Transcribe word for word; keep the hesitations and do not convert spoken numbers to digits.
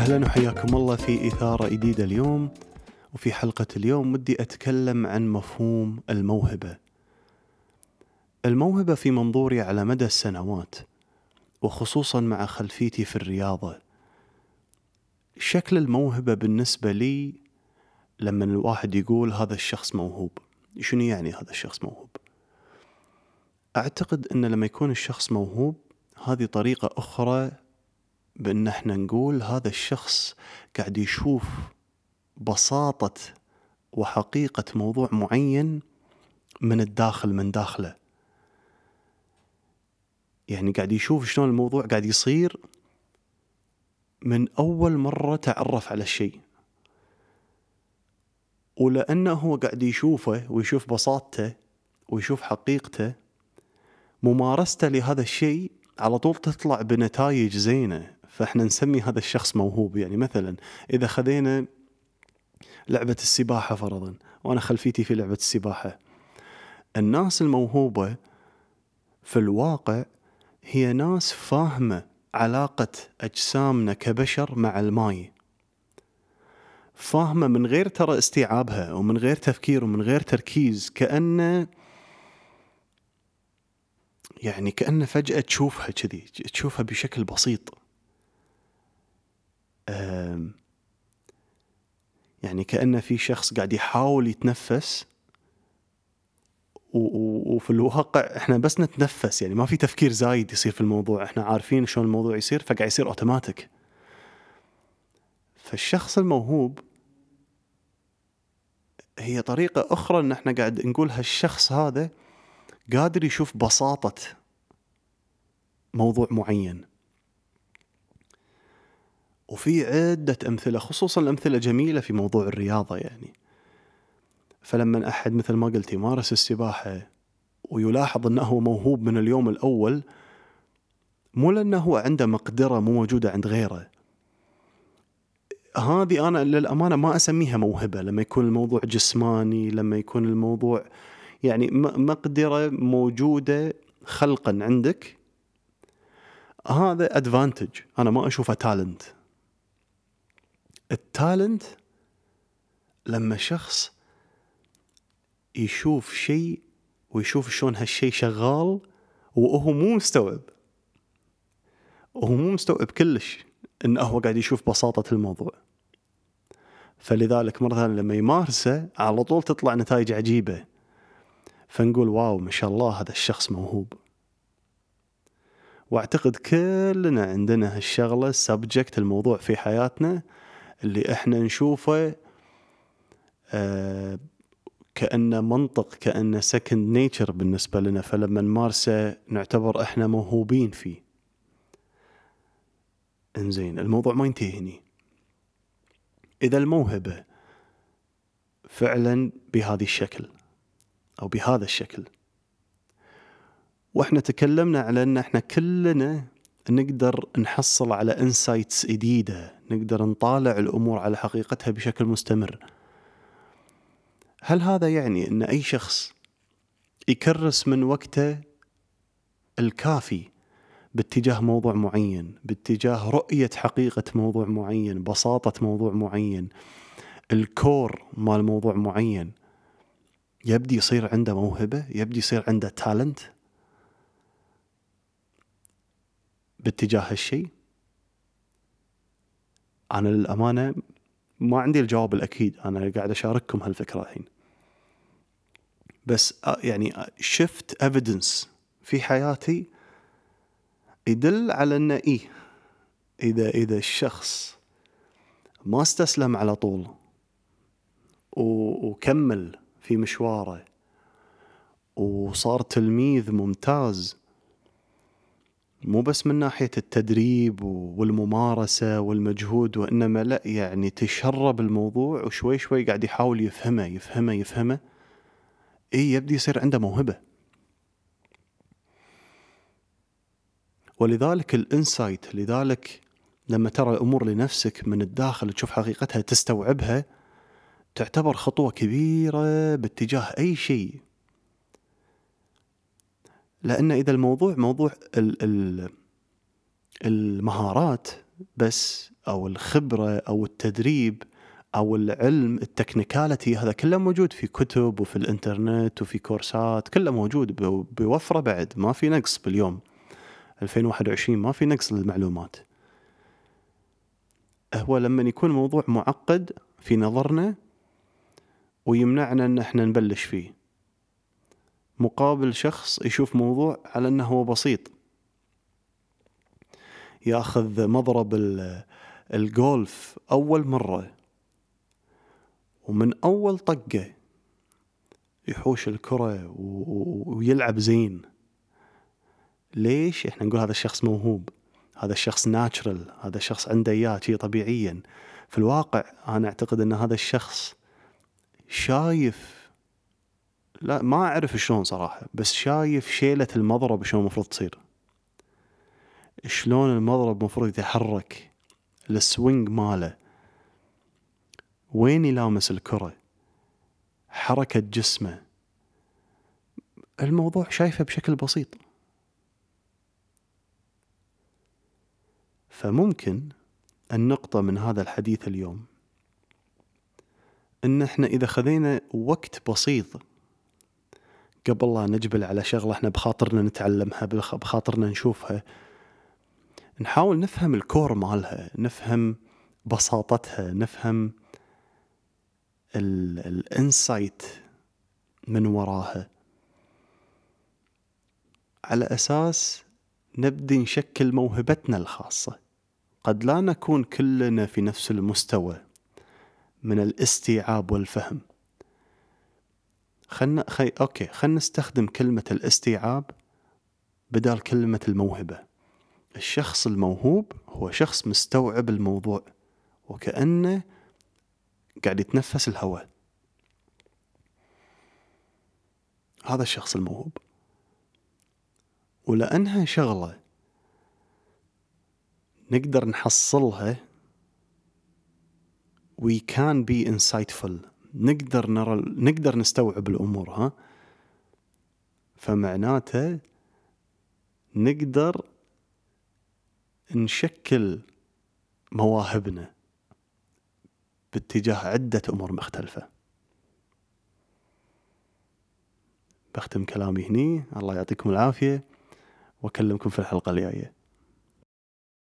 أهلا وحياكم الله في إثارة جديدة اليوم. وفي حلقة اليوم ودي أتكلم عن مفهوم الموهبة. الموهبة في منظوري على مدى السنوات، وخصوصا مع خلفيتي في الرياضة، شكل الموهبة بالنسبة لي لما الواحد يقول هذا الشخص موهوب، شنو يعني هذا الشخص موهوب؟ أعتقد أن لما يكون الشخص موهوب هذه طريقة أخرى بأن احنا نقول هذا الشخص قاعد يشوف بساطة وحقيقة موضوع معين من الداخل، من داخله. يعني قاعد يشوف شلون الموضوع قاعد يصير من أول مرة تعرف على الشيء، ولأنه هو قاعد يشوفه ويشوف بساطته ويشوف حقيقته، ممارسته لهذا الشيء على طول تطلع بنتائج زينة، فإحنا نسمي هذا الشخص موهوب. يعني مثلا إذا خذينا لعبة السباحة فرضا، وأنا خلفيتي في لعبة السباحة، الناس الموهوبة في الواقع هي ناس فاهمة علاقة أجسامنا كبشر مع الماء، فاهمة من غير ترى استيعابها ومن غير تفكير ومن غير تركيز، كأنه يعني كأنه فجأة تشوفها كذي، تشوفها بشكل بسيط. يعني كأنه في شخص قاعد يحاول يتنفس، وفي الواقع احنا بس نتنفس، يعني ما في تفكير زايد يصير في الموضوع، احنا عارفين شلون الموضوع يصير فقاعد يصير اوتوماتيك. فالشخص الموهوب هي طريقة أخرى إن احنا قاعد نقول هالشخص هذا قادر يشوف بساطة موضوع معين. وفي عدة أمثلة، خصوصا الأمثلة جميلة في موضوع الرياضة. يعني فلما أحد مثل ما قلت يمارس السباحة ويلاحظ أنه موهوب من اليوم الأول، مو لأنه عنده مقدرة مو موجودة عند غيره، هذه أنا للأمانة ما أسميها موهبة. لما يكون الموضوع جسماني، لما يكون الموضوع يعني مقدرة موجودة خلقا عندك، هذا أدفانتج، أنا ما أشوفه تالنت. التالنت لما شخص يشوف شيء ويشوف شلون هالشيء شغال وهو مو مستوعب، وهو مو مستوعب كلش إنه هو قاعد يشوف بساطة الموضوع. فلذلك مرة لما يمارسه على طول تطلع نتائج عجيبة، فنقول واو ما شاء الله هذا الشخص موهوب. واعتقد كلنا عندنا هالشغلة سبجكت الموضوع في حياتنا اللي احنا نشوفه آه كأنه منطق، كأنه second nature بالنسبة لنا، فلما نمارسه نعتبر احنا موهوبين فيه. انزين، الموضوع ما ينتهي هني. إذا الموهبة فعلا بهذه الشكل أو بهذا الشكل، وإحنا تكلمنا على أن إحنا كلنا نقدر نحصل على إنسايتس جديدة، نقدر نطالع الأمور على حقيقتها بشكل مستمر، هل هذا يعني أن أي شخص يكرس من وقته الكافي باتجاه موضوع معين، باتجاه رؤية حقيقة موضوع معين، بساطة موضوع معين، الكور مال موضوع معين، يبدي يصير عنده موهبة، يبدي يصير عنده تالنت باتجاه هالشيء؟ أنا للأمانة ما عندي الجواب الأكيد، أنا قاعد أشارككم هالفكرة الحين، بس يعني شفت evidence في حياتي يدل على أن إيه، إذا إذا الشخص ما استسلم على طول وكمل في مشواره وصار تلميذ ممتاز، مو بس من ناحية التدريب والممارسة والمجهود، وإنما لا يعني تشرب الموضوع وشوي شوي قاعد يحاول يفهمه يفهمه يفهمه إيه، يبدي يصير عنده موهبة. ولذلك الانسايت، لذلك لما ترى الأمور لنفسك من الداخل تشوف حقيقتها تستوعبها، تعتبر خطوة كبيرة باتجاه أي شيء. لأن إذا الموضوع موضوع المهارات، بس، أو الخبرة أو التدريب أو العلم التكنيكاليتي، هذا كله موجود في كتب وفي الإنترنت وفي كورسات، كله موجود بوفرة بعد، ما في نقص باليوم ألفين وواحد وعشرين، ما في نقص للمعلومات. هو لما يكون موضوع معقد في نظرنا ويمنعنا أن احنا نبلش فيه، مقابل شخص يشوف موضوع على أنه هو بسيط، ياخذ مضرب الجولف أول مرة ومن أول طقة يحوش الكرة ويلعب زين. ليش؟ احنا نقول هذا الشخص موهوب، هذا الشخص ناتشرال، هذا الشخص عنده إياه شيء طبيعيا. في الواقع أنا أعتقد أن هذا الشخص شايف، لا ما أعرف شلون صراحة، بس شايف شيلة المضرب شلون مفروض تصير، شلون المضرب مفروض يتحرك، السوينج ماله، وين يلامس الكرة، حركة جسمه، الموضوع شايفه بشكل بسيط. فممكن النقطة من هذا الحديث اليوم إن إحنا إذا خذينا وقت بسيط قبل لا نجبل على شغلة إحنا بخاطرنا نتعلمها، بخاطرنا نشوفها، نحاول نفهم الكور مالها، نفهم بساطتها، نفهم الانسايت من وراها، على أساس نبدي نشكل موهبتنا الخاصة. قد لا نكون كلنا في نفس المستوى من الاستيعاب والفهم. خلنا خي... أوكي خلنا نستخدم كلمة الاستيعاب بدال كلمة الموهبة. الشخص الموهوب هو شخص مستوعب الموضوع وكأنه قاعد يتنفس الهواء، هذا الشخص الموهوب. ولأنها شغلة نقدر نحصلها we can be insightful، نقدر نرى، نقدر نستوعب الأمور، ها، فمعناته نقدر نشكل مواهبنا باتجاه عدة أمور مختلفة. بختم كلامي هني، الله يعطيكم العافية وأكلمكم في الحلقة الجاية.